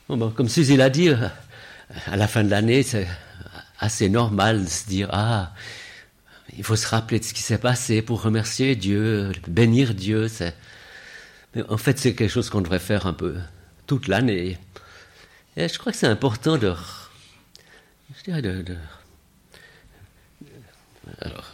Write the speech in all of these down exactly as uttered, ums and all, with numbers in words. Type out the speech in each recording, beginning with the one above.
Bon, bon, comme Suzy l'a dit, à la fin de l'année, c'est assez normal de se dire « Ah, il faut se rappeler de ce qui s'est passé pour remercier Dieu, bénir Dieu. » Mais en fait, c'est quelque chose qu'on devrait faire un peu toute l'année. Et je crois que c'est important de... Je dirais de... de alors...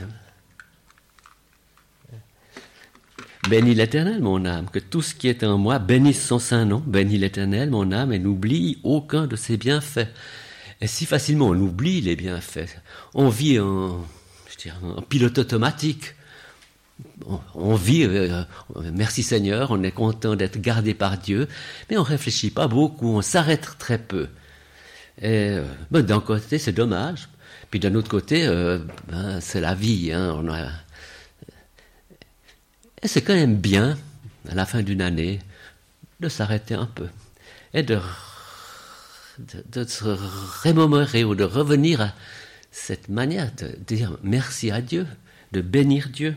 Bénis l'Éternel, mon âme, que tout ce qui est en moi bénisse son saint nom. Bénis l'Éternel, mon âme, et n'oublie aucun de ses bienfaits. Et si facilement on oublie les bienfaits, on vit en, je dirais, en pilote automatique. On, on vit, euh, merci Seigneur, on est content d'être gardé par Dieu, mais on ne réfléchit pas beaucoup, on s'arrête très peu. Et euh, ben, d'un côté, c'est dommage. Puis d'un autre côté, euh, ben, c'est la vie. Hein, on a... Et c'est quand même bien, à la fin d'une année, de s'arrêter un peu et de, de, de se remémorer ou de revenir à cette manière de dire merci à Dieu, de bénir Dieu.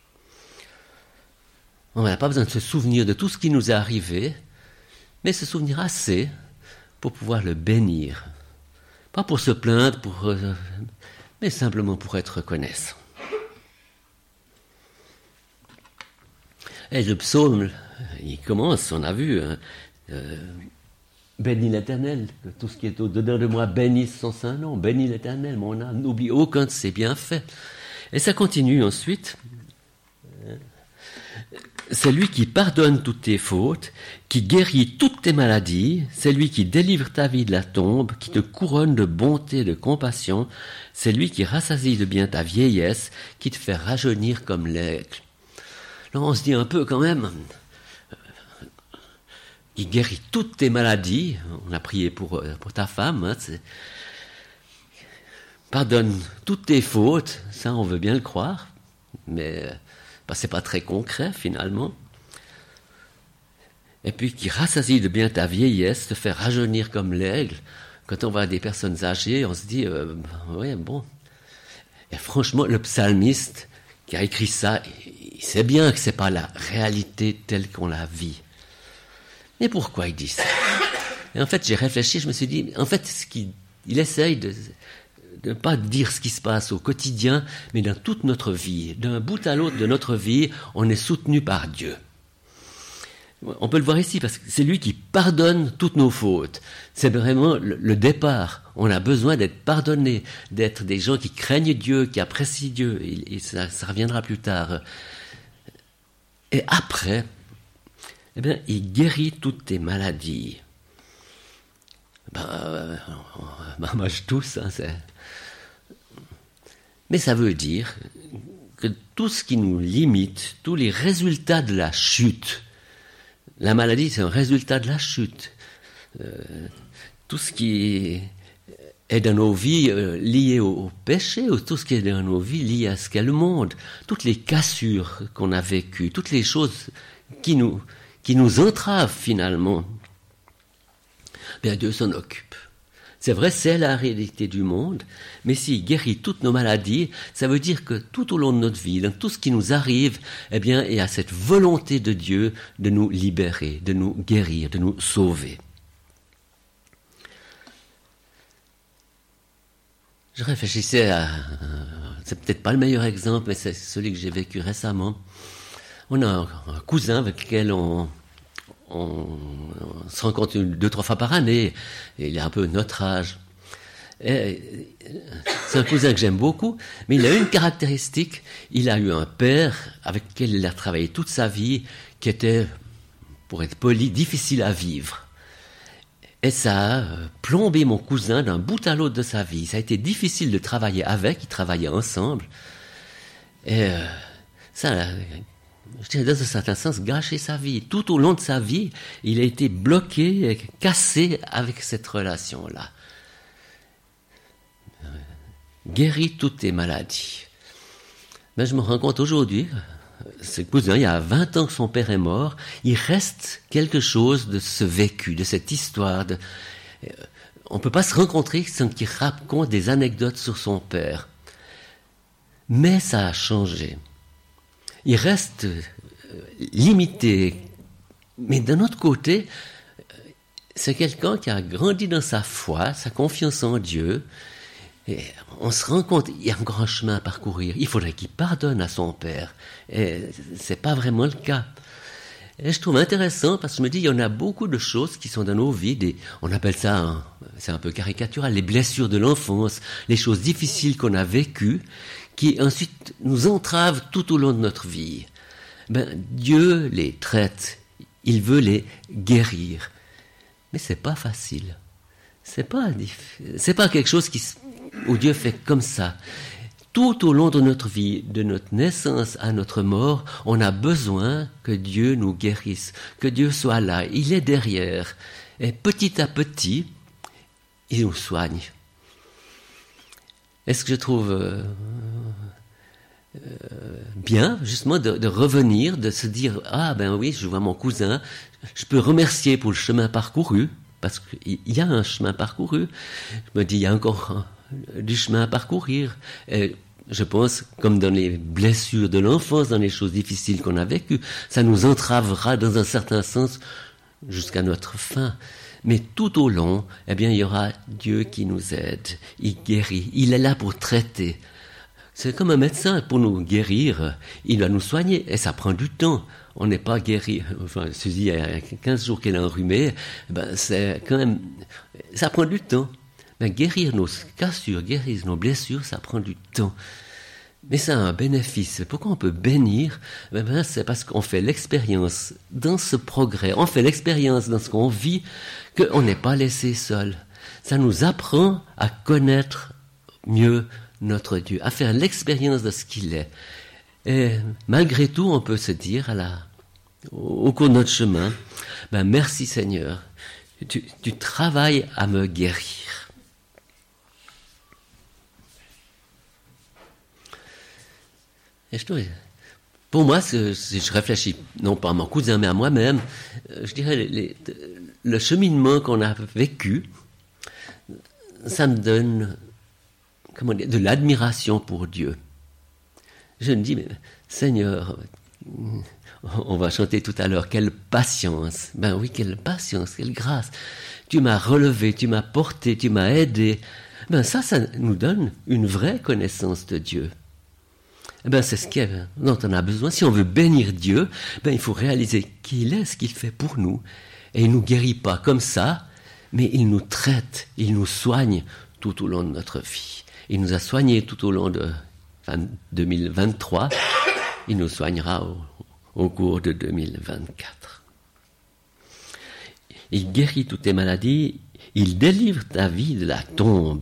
On n'a pas besoin de se souvenir de tout ce qui nous est arrivé, mais se souvenir assez pour pouvoir le bénir. Pas pour se plaindre, pour, euh, mais simplement pour être reconnaissant. Et le psaume, il commence, on a vu, hein, euh, bénis l'Éternel, que tout ce qui est au-dedans de moi bénisse son saint nom, bénis l'Éternel, mon âme, n'oublie aucun de ses bienfaits. Et ça continue ensuite. C'est lui qui pardonne toutes tes fautes, qui guérit toutes tes maladies, c'est lui qui délivre ta vie de la tombe, qui te couronne de bonté et de compassion, c'est lui qui rassasie de bien ta vieillesse, qui te fait rajeunir comme l'aigle. Là, on se dit un peu quand même, il guérit toutes tes maladies. On a prié pour, pour ta femme. Hein, c'est... Pardonne toutes tes fautes. Ça, on veut bien le croire. Mais ben, c'est pas très concret, finalement. Et puis, qui rassasie de bien ta vieillesse, te fait rajeunir comme l'aigle. Quand on voit des personnes âgées, on se dit, euh, oui, bon. Et franchement, le psalmiste qui a écrit ça, il sait bien que ce n'est pas la réalité telle qu'on la vit. Mais pourquoi il dit ça? Et en fait, j'ai réfléchi, je me suis dit, en fait, ce qu'il, il essaye de ne pas dire ce qui se passe au quotidien, mais dans toute notre vie. D'un bout à l'autre de notre vie, on est soutenu par Dieu. On peut le voir ici, parce que c'est lui qui pardonne toutes nos fautes. C'est vraiment le, le départ. On a besoin d'être pardonné, d'être des gens qui craignent Dieu, qui apprécient Dieu. Et, et ça, ça reviendra plus tard. Et après, eh bien, il guérit toutes tes maladies. Ben, on mange tous, hein, c'est... Mais ça veut dire que tout ce qui nous limite, tous les résultats de la chute, la maladie, c'est un résultat de la chute. Euh, tout ce qui est dans nos vies euh, lié au, au péché, ou tout ce qui est dans nos vies lié à ce qu'est le monde, toutes les cassures qu'on a vécues, toutes les choses qui nous, qui nous entravent finalement, bien Dieu s'en occupe. C'est vrai, c'est la réalité du monde, mais s'il guérit toutes nos maladies, ça veut dire que tout au long de notre vie, dans tout ce qui nous arrive, eh bien, il y a cette volonté de Dieu de nous libérer, de nous guérir, de nous sauver. Je réfléchissais à... C'est peut-être pas le meilleur exemple, mais c'est celui que j'ai vécu récemment. On a un, un cousin avec lequel on... On, on se rencontre une, deux, trois fois par année, et il a un peu notre âge. Et c'est un cousin que j'aime beaucoup, mais il a une caractéristique, il a eu un père avec lequel il a travaillé toute sa vie, qui était, pour être poli, difficile à vivre. Et ça a plombé mon cousin d'un bout à l'autre de sa vie. Ça a été difficile de travailler avec, ils travaillaient ensemble. Et euh, ça... Je dirais dans un certain sens, gâcher sa vie. Tout au long de sa vie, il a été bloqué, cassé avec cette relation-là. Guéris toutes tes maladies. Mais je me rends compte aujourd'hui, ce cousin, il y a vingt ans que son père est mort, il reste quelque chose de ce vécu, de cette histoire. De... On ne peut pas se rencontrer sans qu'il raconte des anecdotes sur son père. Mais ça a changé. Il reste limité, mais d'un autre côté, c'est quelqu'un qui a grandi dans sa foi, sa confiance en Dieu. Et on se rend compte, il y a un grand chemin à parcourir. Il faudrait qu'il pardonne à son père. Et c'est pas vraiment le cas. Et je trouve intéressant parce que je me dis, il y en a beaucoup de choses qui sont dans nos vies, des, on appelle ça, hein, c'est un peu caricatural, les blessures de l'enfance, les choses difficiles qu'on a vécues, qui ensuite nous entravent tout au long de notre vie. Ben, Dieu les traite, il veut les guérir. Mais c'est pas facile. C'est pas, c'est pas quelque chose qui, où Dieu fait comme ça. Tout au long de notre vie, de notre naissance à notre mort, on a besoin que Dieu nous guérisse, que Dieu soit là. Il est derrière. Et petit à petit, il nous soigne. Est-ce que je trouve euh, euh, bien, justement, de, de revenir, de se dire, ah ben oui, je vois mon cousin, je peux remercier pour le chemin parcouru, parce qu'il y a un chemin parcouru. Je me dis, il y a encore un, du chemin à parcourir. Et je pense, comme dans les blessures de l'enfance, dans les choses difficiles qu'on a vécues, ça nous entravera dans un certain sens jusqu'à notre fin. Mais tout au long, eh bien, il y aura Dieu qui nous aide. Il guérit. Il est là pour traiter. C'est comme un médecin, pour nous guérir, il va nous soigner. Et ça prend du temps. On n'est pas guéri. Enfin, Suzy, il y a quinze jours qu'elle est enrhumée, ben, c'est quand même, ça prend du temps. Mais guérir nos cassures, guérir nos blessures, ça prend du temps. Mais ça a un bénéfice. Pourquoi on peut bénir? Ben, ben, c'est parce qu'on fait l'expérience dans ce progrès, on fait l'expérience dans ce qu'on vit, qu'on n'est pas laissé seul. Ça nous apprend à connaître mieux notre Dieu, à faire l'expérience de ce qu'il est. Et malgré tout, on peut se dire, à la, au cours de notre chemin, ben, merci Seigneur, tu, tu travailles à me guérir. Et je trouve, pour moi, si je réfléchis, non pas à mon cousin, mais à moi-même, je dirais, les, les, le cheminement qu'on a vécu, ça me donne, comment dire, de l'admiration pour Dieu. Je me dis, mais Seigneur, on va chanter tout à l'heure, quelle patience. Ben oui, quelle patience, quelle grâce. Tu m'as relevé, tu m'as porté, tu m'as aidé. Ben ça, ça nous donne une vraie connaissance de Dieu. Eh ben, c'est ce qu'il y a, dont on a besoin. Si on veut bénir Dieu, ben, il faut réaliser qu'il est ce qu'il fait pour nous. Et il ne nous guérit pas comme ça, mais il nous traite, il nous soigne tout au long de notre vie. Il nous a soignés tout au long de enfin, deux mille vingt-trois. Il nous soignera au, au cours de deux mille vingt-quatre. Il guérit toutes tes maladies. Il délivre ta vie de la tombe.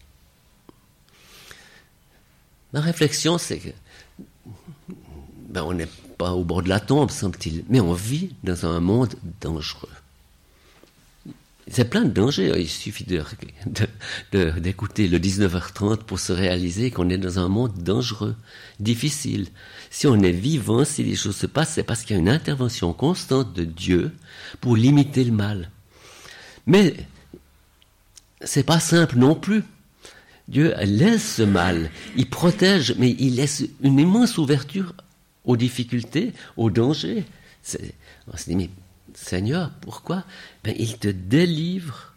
Ma réflexion, c'est que ben, on n'est pas au bord de la tombe, semble-t-il, mais on vit dans un monde dangereux. C'est plein de dangers. Il suffit de, de, de, d'écouter le dix-neuf heures trente pour se réaliser qu'on est dans un monde dangereux, difficile. Si on est vivant, si les choses se passent, c'est parce qu'il y a une intervention constante de Dieu pour limiter le mal. Mais c'est pas simple non plus. Dieu laisse ce mal, il protège, mais il laisse une immense ouverture aux difficultés, aux dangers. C'est, on se dit, mais Seigneur, pourquoi? Ben, il te délivre,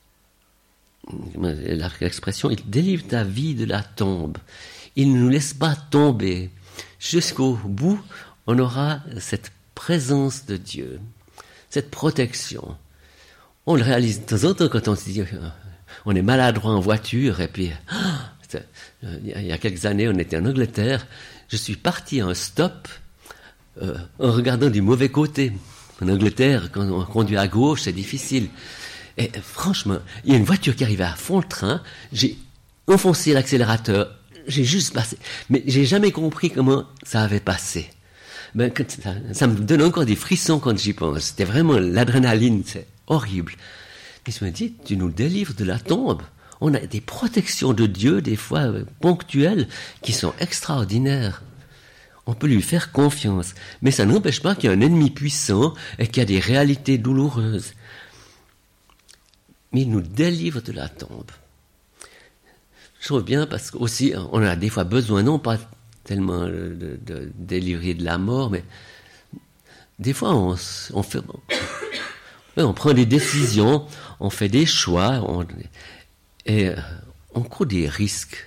l'expression, il délivre ta vie de la tombe. Il ne nous laisse pas tomber. Jusqu'au bout, on aura cette présence de Dieu, cette protection. On le réalise de temps en temps quand on se dit... On est maladroit en voiture, et puis, oh, il y a quelques années, on était en Angleterre, je suis parti à un stop euh, en regardant du mauvais côté. En Angleterre, quand on conduit à gauche, c'est difficile. Et franchement, il y a une voiture qui arrivait à fond le train, j'ai enfoncé l'accélérateur, j'ai juste passé, mais j'ai jamais compris comment ça avait passé. Ben, ça, ça me donne encore des frissons quand j'y pense. C'était vraiment l'adrénaline, c'est horrible. Et je me dis, tu nous délivres de la tombe. On a des protections de Dieu, des fois euh, ponctuelles, qui sont extraordinaires. On peut lui faire confiance. Mais ça n'empêche pas qu'il y a un ennemi puissant et qu'il y a des réalités douloureuses. Mais il nous délivre de la tombe. Je trouve bien parce qu'aussi, on a des fois besoin, non pas tellement de, de délivrer de la mort, mais des fois on, on fait... On prend des décisions, on fait des choix, on, et on court des risques.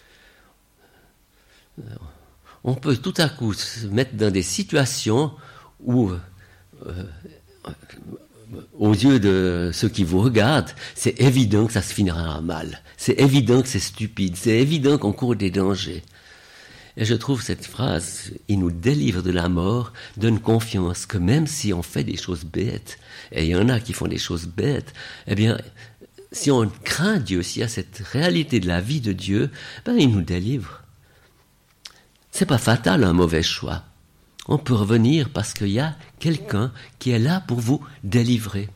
On peut tout à coup se mettre dans des situations où, euh, aux yeux de ceux qui vous regardent, c'est évident que ça se finira mal. C'est évident que c'est stupide. C'est évident qu'on court des dangers. Et je trouve cette phrase, il nous délivre de la mort, donne confiance que même si on fait des choses bêtes, et il y en a qui font des choses bêtes, eh bien, si on craint Dieu, s'il y a cette réalité de la vie de Dieu, ben il nous délivre. C'est pas fatal un mauvais choix. On peut revenir parce qu'il y a quelqu'un qui est là pour vous délivrer.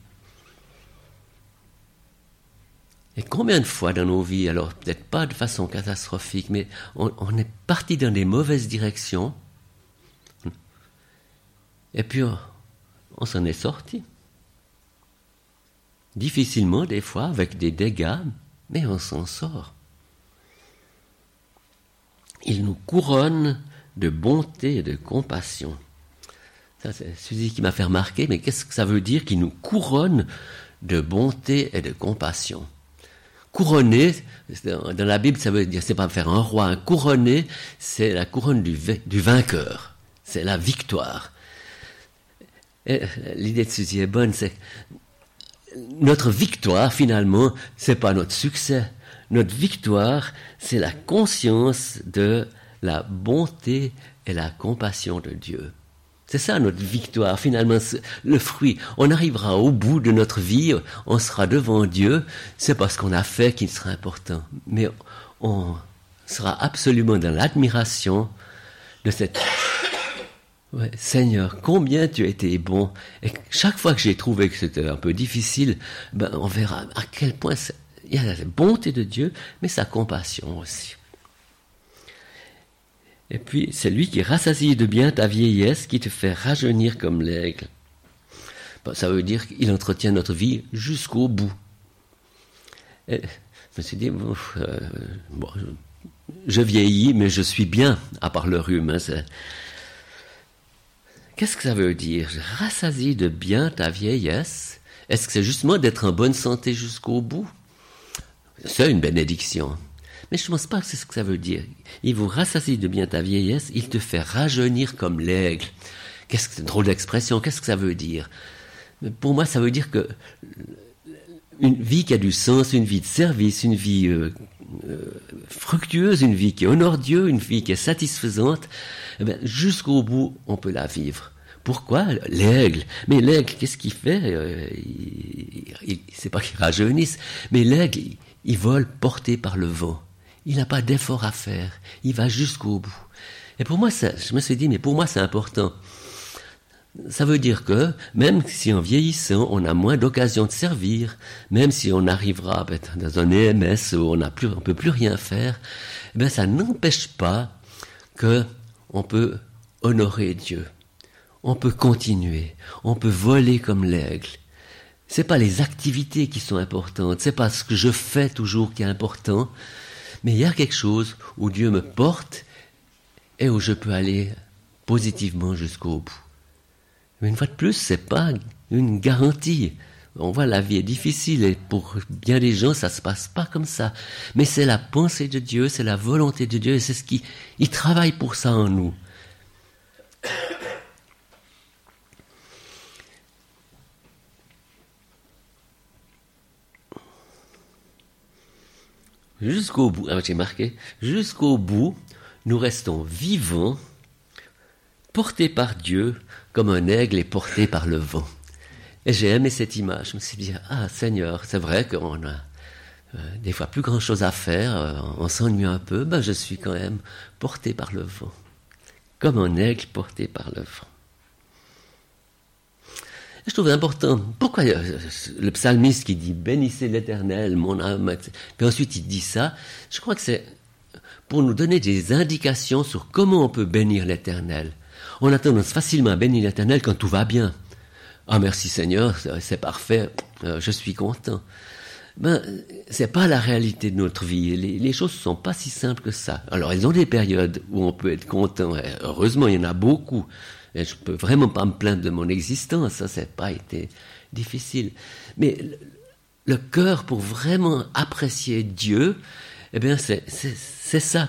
Et combien de fois dans nos vies, alors peut-être pas de façon catastrophique, mais on, on est parti dans des mauvaises directions, et puis on, on s'en est sorti. Difficilement des fois, avec des dégâts, mais on s'en sort. Il nous couronne de bonté et de compassion. Ça, c'est Suzy qui m'a fait remarquer, mais qu'est-ce que ça veut dire qu'il nous couronne de bonté et de compassion? Couronner, dans la Bible, ça veut dire, c'est pas faire un roi, un couronné, c'est la couronne du, du vainqueur, c'est la victoire. Et l'idée de Suzy est bonne, c'est notre victoire, finalement, c'est pas notre succès. Notre victoire, c'est la conscience de la bonté et la compassion de Dieu. C'est ça notre victoire, finalement, le fruit. On arrivera au bout de notre vie, on sera devant Dieu, c'est pas ce qu'on a fait qui sera important, mais on sera absolument dans l'admiration de cette... Ouais, Seigneur, combien tu as été bon. Et chaque fois que j'ai trouvé que c'était un peu difficile, ben, on verra à quel point il y a la bonté de Dieu, mais sa compassion aussi. Et puis, c'est lui qui rassasie de bien ta vieillesse, qui te fait rajeunir comme l'aigle. Ben, ça veut dire qu'il entretient notre vie jusqu'au bout. Et je me suis dit, bon, euh, bon, je vieillis, mais je suis bien, à part le rhume. Hein, c'est... Qu'est-ce que ça veut dire? Rassasie de bien ta vieillesse. Est-ce que c'est justement d'être en bonne santé jusqu'au bout? C'est une bénédiction. Mais je ne pense pas que c'est ce que ça veut dire. Il vous rassasie de bien ta vieillesse, il te fait rajeunir comme l'aigle. Qu'est-ce que c'est une drôle d'expression? Qu'est-ce que ça veut dire? Pour moi, ça veut dire que une vie qui a du sens, une vie de service, une vie euh, euh, fructueuse, une vie qui honore Dieu, une vie qui est satisfaisante, eh bien, jusqu'au bout, on peut la vivre. Pourquoi? L'aigle. Mais l'aigle, qu'est-ce qu'il fait? euh, il, il, C'est pas qu'il rajeunisse, mais l'aigle, il, il vole porté par le vent. Il n'a pas d'effort à faire. Il va jusqu'au bout. Et pour moi, ça, je me suis dit, mais pour moi, c'est important. Ça veut dire que, même si en vieillissant, on a moins d'occasions de servir, même si on arrivera dans un E M S où on ne peut plus rien faire, eh bien, ça n'empêche pas qu'on peut honorer Dieu. On peut continuer. On peut voler comme l'aigle. C'est pas les activités qui sont importantes. C'est pas ce que je fais toujours qui est important. Mais il y a quelque chose où Dieu me porte et où je peux aller positivement jusqu'au bout. Mais une fois de plus, c'est pas une garantie. On voit la vie est difficile et pour bien des gens, ça se passe pas comme ça. Mais c'est la pensée de Dieu, c'est la volonté de Dieu et c'est ce qui, il travaille pour ça en nous. Jusqu'au bout, ah, j'ai marqué, jusqu'au bout, nous restons vivants, portés par Dieu, comme un aigle est porté par le vent. Et j'ai aimé cette image. Je me suis dit, ah Seigneur, c'est vrai qu'on a euh, des fois plus grand chose à faire, euh, on s'ennuie un peu, ben je suis quand même porté par le vent, comme un aigle porté par le vent. Et je trouve important, pourquoi euh, le psalmiste qui dit « Bénissez l'Éternel, mon âme », puis ensuite il dit ça, je crois que c'est pour nous donner des indications sur comment on peut bénir l'Éternel. On a tendance facilement à bénir l'Éternel quand tout va bien. « Ah merci Seigneur, c'est parfait, je suis content ». Ben, c'est pas la réalité de notre vie. Les, les choses sont pas si simples que ça. Alors, elles ont des périodes où on peut être content. Et heureusement, il y en a beaucoup. Et je peux vraiment pas me plaindre de mon existence. Ça, c'est pas été difficiles. Mais le, le cœur pour vraiment apprécier Dieu, eh bien, c'est, c'est, c'est ça.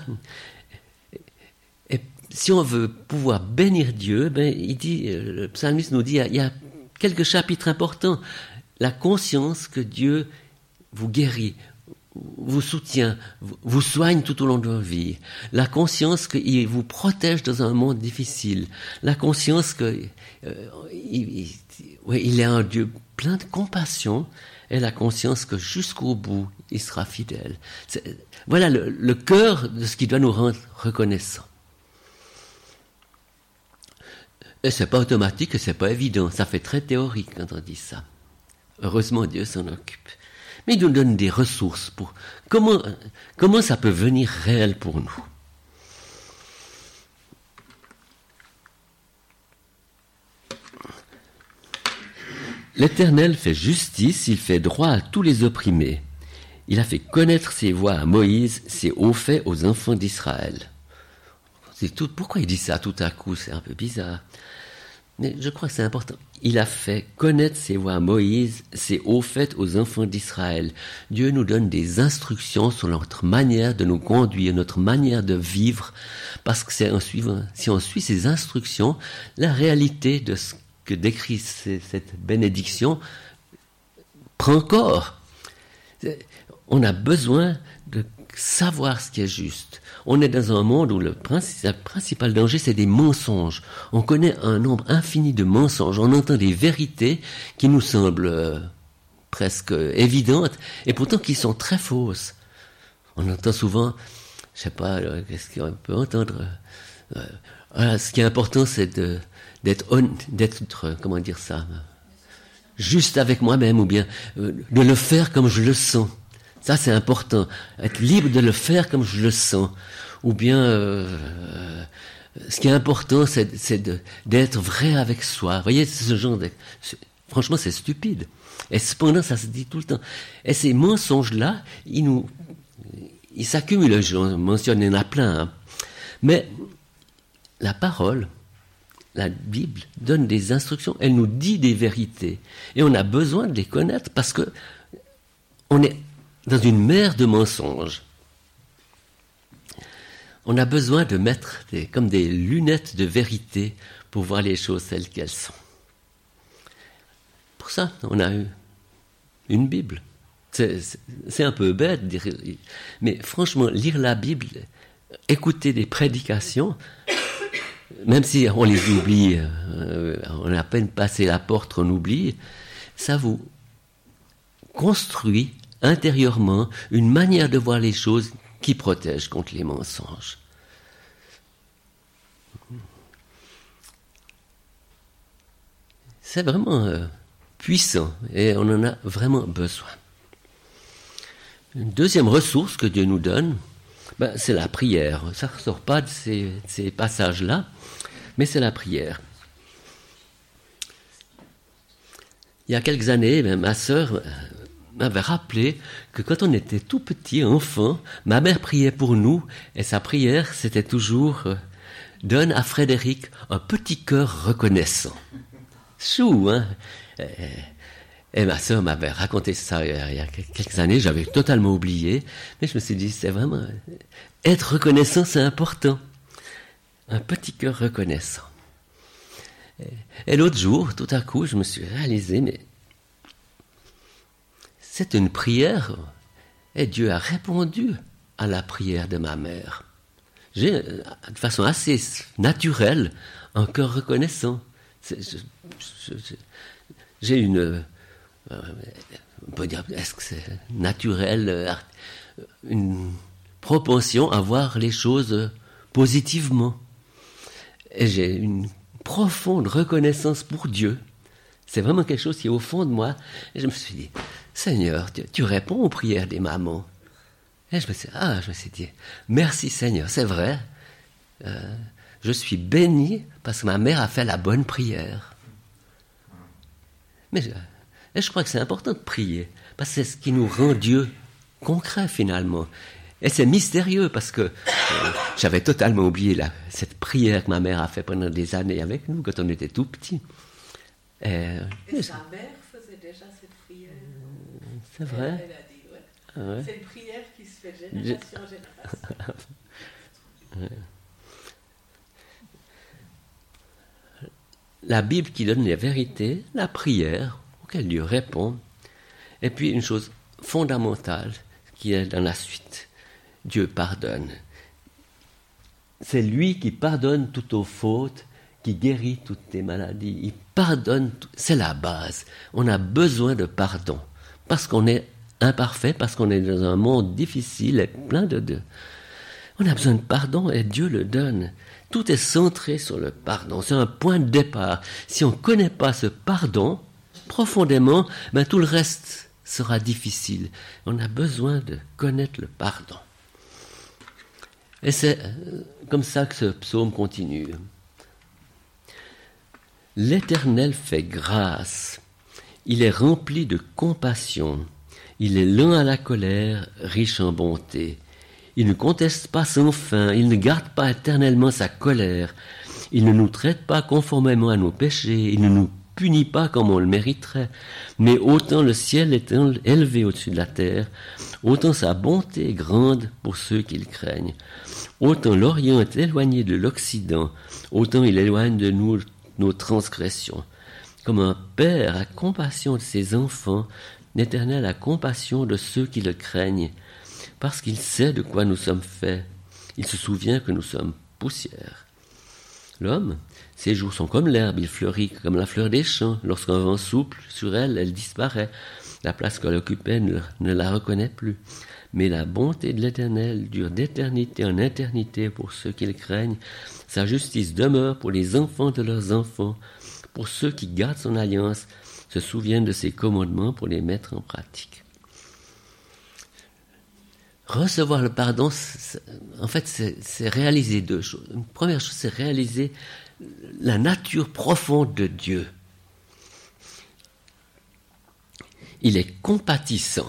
Et si on veut pouvoir bénir Dieu, ben, il dit, le psalmiste nous dit, il y a quelques chapitres importants. La conscience que Dieu vous guérit, vous soutient, vous soigne tout au long de votre vie. La conscience qu'il vous protège dans un monde difficile. La conscience qu'il euh, il, ouais, il est un Dieu plein de compassion et la conscience que jusqu'au bout, il sera fidèle. C'est, voilà le, le cœur de ce qui doit nous rendre reconnaissants. Et c'est pas automatique et c'est pas évident. Ça fait très théorique quand on dit ça. Heureusement, Dieu s'en occupe. Mais il nous donne des ressources pour comment, comment ça peut venir réel pour nous. L'Éternel fait justice, il fait droit à tous les opprimés. Il a fait connaître ses voies à Moïse, ses hauts faits aux enfants d'Israël. C'est tout, pourquoi il dit ça tout à coup? C'est un peu bizarre. Mais je crois que c'est important. Il a fait connaître ses voies à Moïse, ses hauts faits aux enfants d'Israël. Dieu nous donne des instructions sur notre manière de nous conduire, notre manière de vivre, parce que c'est en suivant, si on suit ces instructions, la réalité de ce que décrit cette bénédiction prend corps. On a besoin de savoir ce qui est juste. On est dans un monde où le principal danger, c'est des mensonges. On connaît un nombre infini de mensonges. On entend des vérités qui nous semblent euh, presque évidentes, et pourtant qui sont très fausses. On entend souvent, je sais pas, euh, qu'est-ce qu'on peut entendre euh, voilà, ce qui est important, c'est de, d'être, on, d'être, comment dire ça, juste avec moi-même, ou bien euh, de le faire comme je le sens. Ça, c'est important. Être libre de le faire comme je le sens. Ou bien, euh, ce qui est important, c'est, c'est de, d'être vrai avec soi. Vous voyez, c'est ce genre de... Franchement, c'est stupide. Et cependant, ça se dit tout le temps. Et ces mensonges-là, ils nous... Ils s'accumulent. Je mentionne, il y en a plein. Hein. Mais la parole, la Bible, donne des instructions. Elle nous dit des vérités. Et on a besoin de les connaître parce que on est dans une mer de mensonges. On a besoin de mettre des, comme des lunettes de vérité pour voir les choses telles qu'elles sont. Pour ça, on a eu une Bible. C'est, c'est, c'est un peu bête, de dire, mais franchement, lire la Bible, écouter des prédications, même si on les oublie, euh, on a à peine passé la porte, on oublie, ça vous construit intérieurement une manière de voir les choses qui protège contre les mensonges. C'est vraiment euh, puissant et on en a vraiment besoin. Une deuxième ressource que Dieu nous donne, ben, c'est la prière. Ça ne ressort pas de ces, de ces passages-là, mais c'est la prière. Il y a quelques années, ben, ma sœur m'avait rappelé que quand on était tout petit, enfant, ma mère priait pour nous, et sa prière, c'était toujours euh, « Donne à Frédéric un petit cœur reconnaissant ». Chou, hein et, et ma sœur m'avait raconté ça il y, a, il y a quelques années, j'avais totalement oublié, mais je me suis dit, c'est vraiment... Être reconnaissant, c'est important. Un petit cœur reconnaissant. Et, et l'autre jour, tout à coup, je me suis réalisé, mais... C'est une prière, et Dieu a répondu à la prière de ma mère. J'ai, de façon assez naturelle, un cœur reconnaissant. C'est, je, je, je, j'ai une, euh, on peut dire, est-ce que c'est naturel, euh, une propension à voir les choses positivement. Et j'ai une profonde reconnaissance pour Dieu. C'est vraiment quelque chose qui est au fond de moi. Et je me suis dit, Seigneur, tu, tu réponds aux prières des mamans. Et je me suis, ah, je me suis dit, merci Seigneur, c'est vrai. Euh, je suis béni parce que ma mère a fait la bonne prière. Mais je, et je crois que c'est important de prier, parce que c'est ce qui nous rend Dieu concret finalement. Et c'est mystérieux parce que euh, j'avais totalement oublié la, cette prière que ma mère a fait pendant des années avec nous quand on était tout petits. Et, et sa mère faisait C'est vrai? Elle, elle a dit, ouais. Ah ouais. C'est une prière qui se fait génération en génération. Ouais. La Bible qui donne les vérités, la prière auquel Dieu répond, et puis une chose fondamentale qui est dans la suite. Dieu pardonne. C'est lui qui pardonne toutes nos fautes, qui guérit toutes tes maladies. Il pardonne, tout. C'est la base. On a besoin de pardon, parce qu'on est imparfait, parce qu'on est dans un monde difficile et plein de... de on a besoin de pardon et Dieu le donne. Tout est centré sur le pardon. C'est un point de départ. Si on ne connaît pas ce pardon, profondément, ben tout le reste sera difficile. On a besoin de connaître le pardon. Et c'est comme ça que ce psaume continue. L'Éternel fait grâce. Il est rempli de compassion. Il est lent à la colère, riche en bonté. Il ne conteste pas sans fin, il ne garde pas éternellement sa colère, il ne nous traite pas conformément à nos péchés, il ne nous punit pas comme on le mériterait, mais autant le ciel est élevé au-dessus de la terre, autant sa bonté est grande pour ceux qui le craignent. Autant l'Orient est éloigné de l'Occident, autant il éloigne de nous nos transgressions. Comme un père a compassion de ses enfants, l'Éternel a compassion de ceux qui le craignent, parce qu'il sait de quoi nous sommes faits. Il se souvient que nous sommes poussière. L'homme, ses jours sont comme l'herbe, il fleurit comme la fleur des champs. Lorsqu'un vent souffle sur elle, elle disparaît. La place qu'elle occupait ne, ne la reconnaît plus. Mais la bonté de l'Éternel dure d'éternité en éternité pour ceux qui le craignent. Sa justice demeure pour les enfants de leurs enfants, pour ceux qui gardent son alliance, se souviennent de ses commandements pour les mettre en pratique. Recevoir le pardon, c'est, en fait, c'est, c'est réaliser deux choses. Une première chose, c'est réaliser la nature profonde de Dieu. Il est compatissant.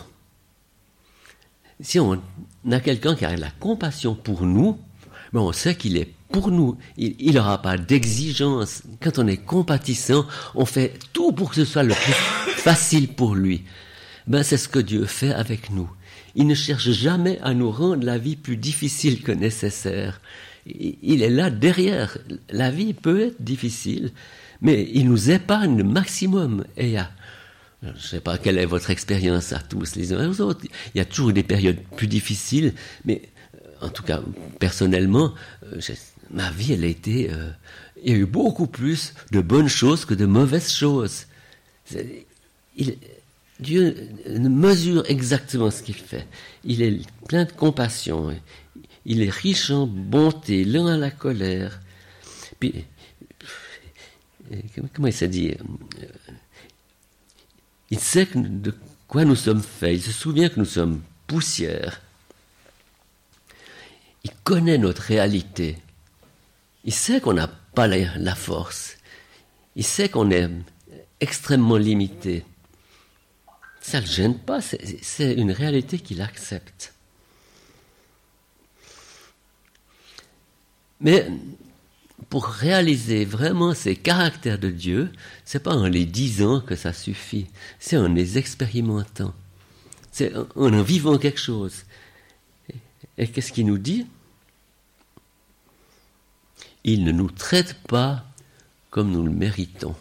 Si on a quelqu'un qui a de la compassion pour nous, ben on sait qu'il est pour nous. Il n'aura pas d'exigence. Quand on est compatissant, on fait tout pour que ce soit le plus facile pour lui. Ben, c'est ce que Dieu fait avec nous. Il ne cherche jamais à nous rendre la vie plus difficile que nécessaire. Il est là derrière. La vie peut être difficile, mais il nous épargne le maximum. Et il y a, je ne sais pas quelle est votre expérience à tous les uns et aux autres, il y a toujours des périodes plus difficiles, mais en tout cas, personnellement, ma vie, elle a été... Euh, il y a eu beaucoup plus de bonnes choses que de mauvaises choses. Il... Dieu mesure exactement ce qu'il fait. Il est plein de compassion. Il est riche en bonté, lent à la colère. Puis, comment il s'est dit? Il sait de quoi nous sommes faits. Il se souvient que nous sommes poussière. Il connaît notre réalité. Il sait qu'on n'a pas la, la force. Il sait qu'on est extrêmement limité. Ça ne le gêne pas, c'est, c'est une réalité qu'il accepte. Mais pour réaliser vraiment ces caractères de Dieu, ce n'est pas en les disant que ça suffit, c'est en les expérimentant, c'est en en vivant quelque chose. Et qu'est-ce qu'il nous dit? Il ne nous traite pas comme nous le méritons.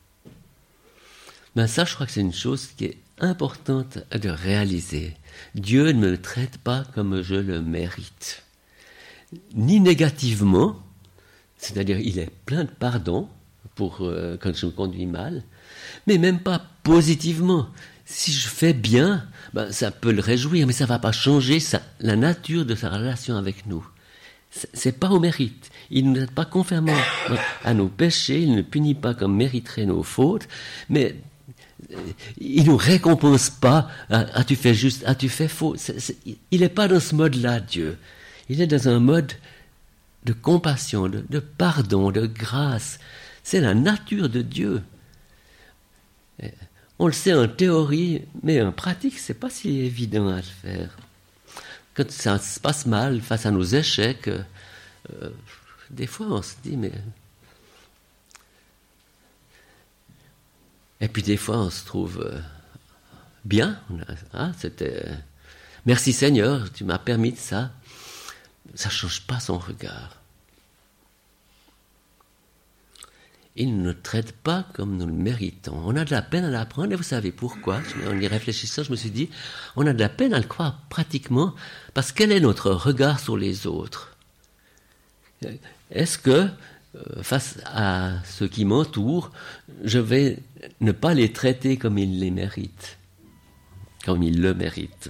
Ben ça, je crois que c'est une chose qui est importante de réaliser. Dieu ne me traite pas comme je le mérite. Ni négativement, c'est-à-dire il est plein de pardon pour euh, quand je me conduis mal, mais même pas positivement. Si je fais bien, ben, ça peut le réjouir, mais ça ne va pas changer sa, la nature de sa relation avec nous. Ce n'est pas au mérite. Il ne nous aide pas conformément à nos péchés, il ne punit pas comme mériteraient nos fautes, mais il ne nous récompense pas. Ah, ah, tu fais juste, ah, tu fais faux. C'est, c'est, il n'est pas dans ce mode-là, Dieu. Il est dans un mode de compassion, de, de pardon, de grâce. C'est la nature de Dieu. On le sait en théorie, mais en pratique, ce n'est pas si évident à le faire. Quand ça se passe mal face à nos échecs, euh, des fois on se dit, mais... Et puis des fois on se trouve euh, bien. Ah, c'était... Merci Seigneur, tu m'as permis de ça. Ça ne change pas son regard. Il ne nous traite pas comme nous le méritons. On a de la peine à l'apprendre, et vous savez pourquoi? En y réfléchissant, je me suis dit, on a de la peine à le croire pratiquement, parce quel est notre regard sur les autres? Est-ce que, face à ceux qui m'entourent, je vais ne pas les traiter comme ils les méritent, comme ils le méritent?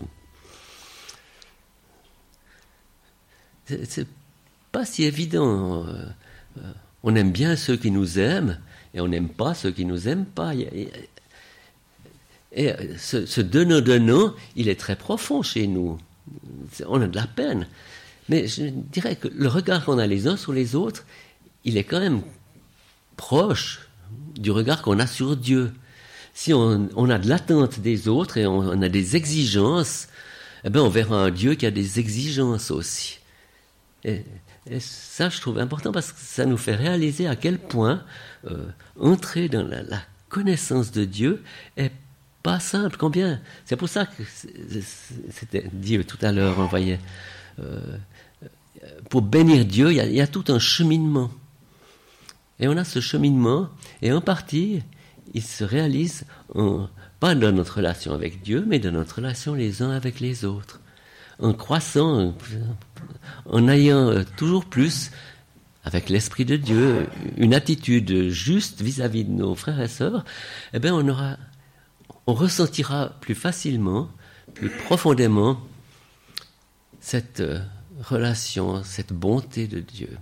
C'est, c'est pas si évident. On aime bien ceux qui nous aiment et on n'aime pas ceux qui nous aiment pas. Et, et ce, ce donnant-donnant, il est très profond chez nous. On a de la peine. Mais je dirais que le regard qu'on a les uns sur les autres, il est quand même proche du regard qu'on a sur Dieu. Si on, on a de l'attente des autres et on, on a des exigences, eh bien on verra un Dieu qui a des exigences aussi. Et, et ça, je trouve important parce que ça nous fait réaliser à quel point euh, entrer dans la, la connaissance de Dieu est pas simple. Combien? C'est pour ça que c'était dit tout à l'heure, on voyait. Euh, pour bénir Dieu, il y, a, il y a tout un cheminement. Et on a ce cheminement, et en partie, il se réalise en, pas dans notre relation avec Dieu, mais dans notre relation les uns avec les autres. En croissant, en ayant toujours plus, avec l'Esprit de Dieu, une attitude juste vis-à-vis de nos frères et sœurs, eh bien on aura, on ressentira plus facilement, plus profondément cette relation, cette bonté de Dieu.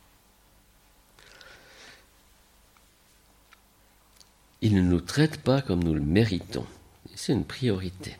Il ne nous traite pas comme nous le méritons. C'est une priorité.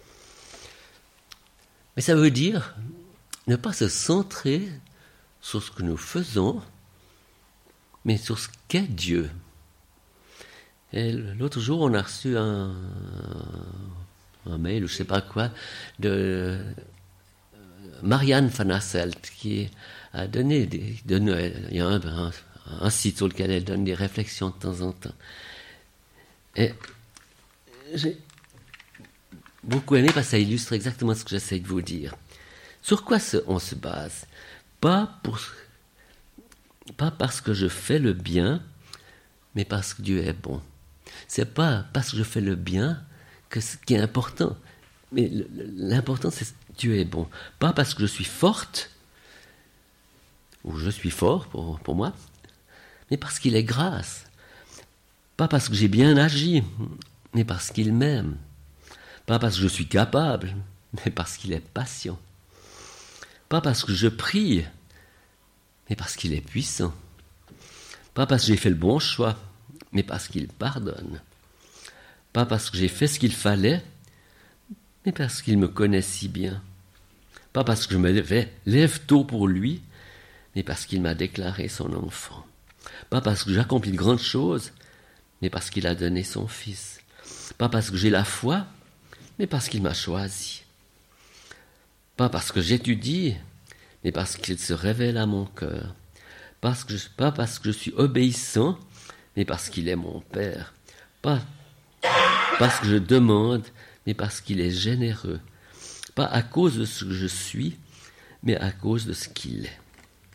Mais ça veut dire ne pas se centrer sur ce que nous faisons, mais sur ce qu'est Dieu. Et l'autre jour, on a reçu un, un mail, ou je ne sais pas quoi, de Marianne Van Hasselt, qui a donné, des, donne, il y a un, un, un site sur lequel elle donne des réflexions de temps en temps. Et j'ai beaucoup aimé parce que ça illustre exactement ce que j'essaie de vous dire. Sur quoi on se base? Pas, pour, pas parce que je fais le bien, mais parce que Dieu est bon. C'est pas parce que je fais le bien que ce qui est important. Mais l'important, c'est que Dieu est bon. Pas parce que je suis forte, ou je suis fort pour, pour moi, mais parce qu'il est grâce. Pas parce que j'ai bien agi, mais parce qu'il m'aime. Pas parce que je suis capable, mais parce qu'il est patient. Pas parce que je prie, mais parce qu'il est puissant. Pas parce que j'ai fait le bon choix, mais parce qu'il pardonne. Pas parce que j'ai fait ce qu'il fallait, mais parce qu'il me connaît si bien. Pas parce que je me lève, lève tôt pour lui, mais parce qu'il m'a déclaré son enfant. Pas parce que j'accomplis de grandes choses, mais parce qu'il a donné son fils. Pas parce que j'ai la foi, mais parce qu'il m'a choisi. Pas parce que j'étudie, mais parce qu'il se révèle à mon cœur. Parce que je, pas parce que je suis obéissant, mais parce qu'il est mon Père. Pas parce que je demande, mais parce qu'il est généreux. Pas à cause de ce que je suis, mais à cause de ce qu'il est.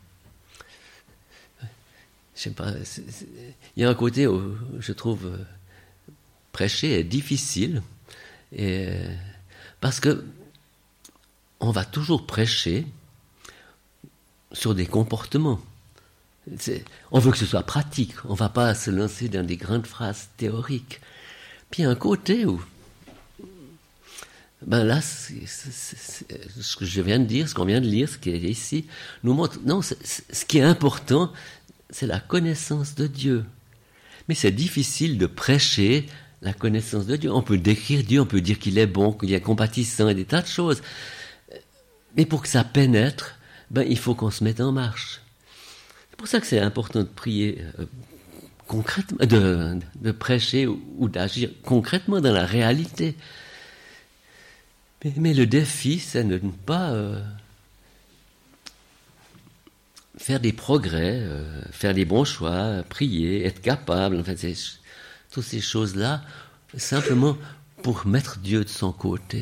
Je sais pas, c'est, c'est, il y a un côté où je trouve euh, prêcher est difficile, et, euh, parce que on va toujours prêcher sur des comportements. C'est, on veut que ce soit pratique, on ne va pas se lancer dans des grandes phrases théoriques. Puis il y a un côté où, ben là, c'est, c'est, c'est, ce que je viens de dire, ce qu'on vient de lire, ce qui est ici, nous montre, non, c'est, c'est, ce qui est important, c'est la connaissance de Dieu. Mais c'est difficile de prêcher la connaissance de Dieu. On peut décrire Dieu, on peut dire qu'il est bon, qu'il est compatissant et des tas de choses. Mais pour que ça pénètre, ben, il faut qu'on se mette en marche. C'est pour ça que c'est important de prier euh, concrètement, de, de prêcher ou, ou d'agir concrètement dans la réalité. Mais, mais le défi, c'est de ne pas euh, faire des progrès, euh, faire des bons choix, prier, être capable, en fait, c'est, toutes ces choses-là, simplement pour mettre Dieu de son côté.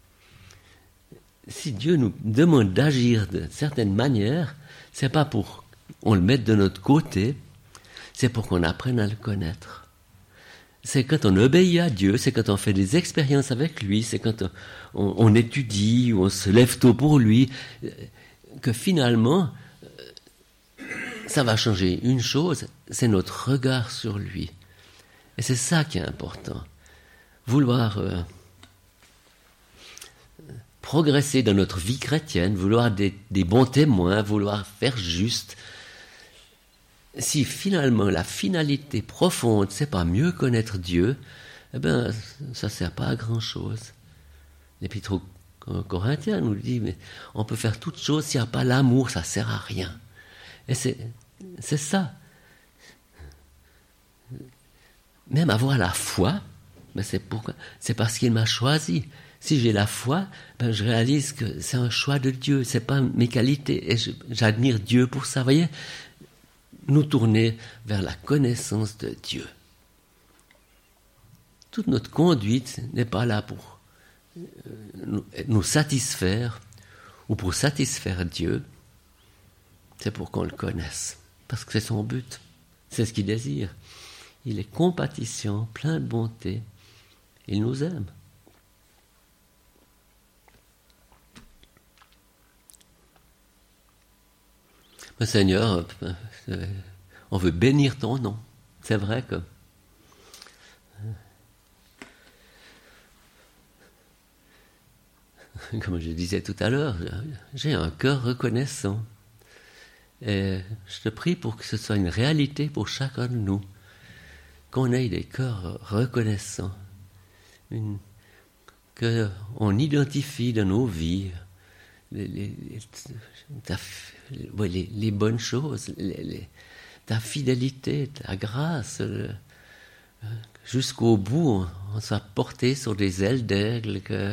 Si Dieu nous demande d'agir de certaines manières, c'est pas pour qu'on le mette de notre côté, c'est pour qu'on apprenne à le connaître. C'est quand on obéit à Dieu, c'est quand on fait des expériences avec lui, c'est quand on, on, on étudie, ou on se lève tôt pour lui, que finalement, ça va changer une chose, c'est notre regard sur lui. Et c'est ça qui est important. Vouloir euh, progresser dans notre vie chrétienne, vouloir des, des bons témoins, vouloir faire juste. Si finalement la finalité profonde, c'est pas mieux connaître Dieu, eh ben ça ne sert pas à grand chose. L'Épître aux Corinthiens nous dit, mais on peut faire toutes choses, s'il n'y a pas l'amour, ça ne sert à rien. Et c'est, c'est ça. Même avoir la foi, ben c'est, pourquoi, c'est parce qu'il m'a choisi. Si j'ai la foi, ben je réalise que c'est un choix de Dieu, c'est pas mes qualités. Et je, j'admire Dieu pour ça. Vous voyez, nous tourner vers la connaissance de Dieu. Toute notre conduite n'est pas là pour nous, nous satisfaire ou pour satisfaire Dieu. C'est pour qu'on le connaisse. Parce que c'est son but. C'est ce qu'il désire. Il est compatissant, plein de bonté. Il nous aime. Mais Seigneur, on veut bénir ton nom. C'est vrai que... Comme je disais tout à l'heure, j'ai un cœur reconnaissant. Et je te prie pour que ce soit une réalité pour chacun de nous. Qu'on ait des cœurs reconnaissants. Une, qu'on identifie dans nos vies les, les, les, les, les bonnes choses, les, les, ta fidélité, ta grâce. Le, jusqu'au bout, on, on soit porté sur des ailes d'aigle, que,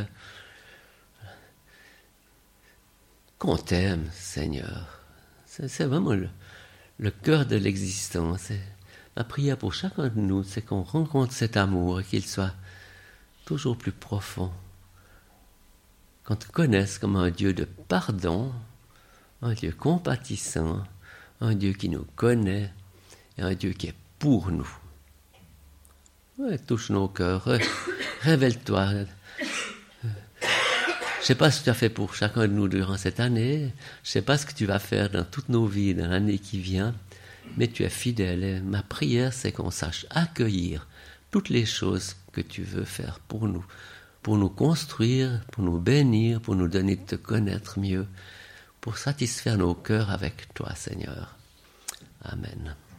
qu'on t'aime, Seigneur. C'est, c'est vraiment le, le cœur de l'existence. C'est, ma prière pour chacun de nous, c'est qu'on rencontre cet amour et qu'il soit toujours plus profond. Qu'on te connaisse comme un Dieu de pardon, un Dieu compatissant, un Dieu qui nous connaît et un Dieu qui est pour nous. Ouais, touche nos cœurs, révèle-toi. Je ne sais pas ce que tu as fait pour chacun de nous durant cette année, je ne sais pas ce que tu vas faire dans toutes nos vies dans l'année qui vient, mais tu es fidèle et ma prière c'est qu'on sache accueillir toutes les choses que tu veux faire pour nous, pour nous construire, pour nous bénir, pour nous donner de te connaître mieux, pour satisfaire nos cœurs avec toi, Seigneur. Amen.